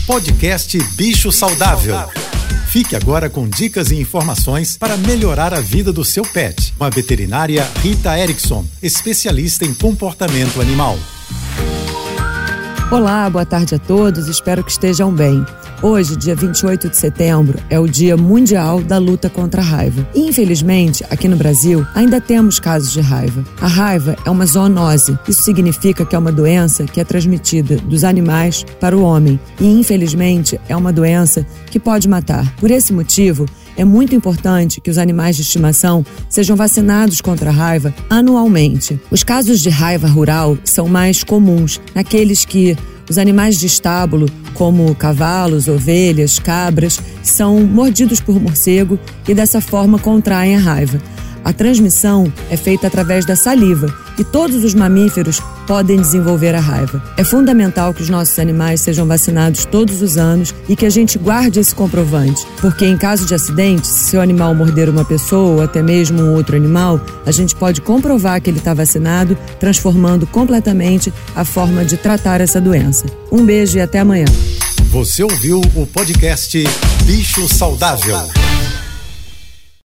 Podcast Bicho Saudável. Fique agora com dicas e informações para melhorar a vida do seu pet, com a veterinária Rita Erickson, especialista em comportamento animal. Olá, boa tarde a todos, espero que estejam bem. Hoje, dia 28 de setembro, é o Dia Mundial da Luta contra a Raiva. E, infelizmente, aqui no Brasil, ainda temos casos de raiva. A raiva é uma zoonose. Isso significa que é uma doença que é transmitida dos animais para o homem. E, infelizmente, é uma doença que pode matar. Por esse motivo, é muito importante que os animais de estimação sejam vacinados contra a raiva anualmente. Os casos de raiva rural são mais comuns, naqueles que os animais de estábulo, como cavalos, ovelhas, cabras, são mordidos por morcego e dessa forma contraem a raiva. A transmissão é feita através da saliva e todos os mamíferos podem desenvolver a raiva. É fundamental que os nossos animais sejam vacinados todos os anos e que a gente guarde esse comprovante, porque em caso de acidente, se seu animal morder uma pessoa ou até mesmo um outro animal, a gente pode comprovar que ele está vacinado, transformando completamente a forma de tratar essa doença. Um beijo e até amanhã. Você ouviu o podcast Bicho Saudável.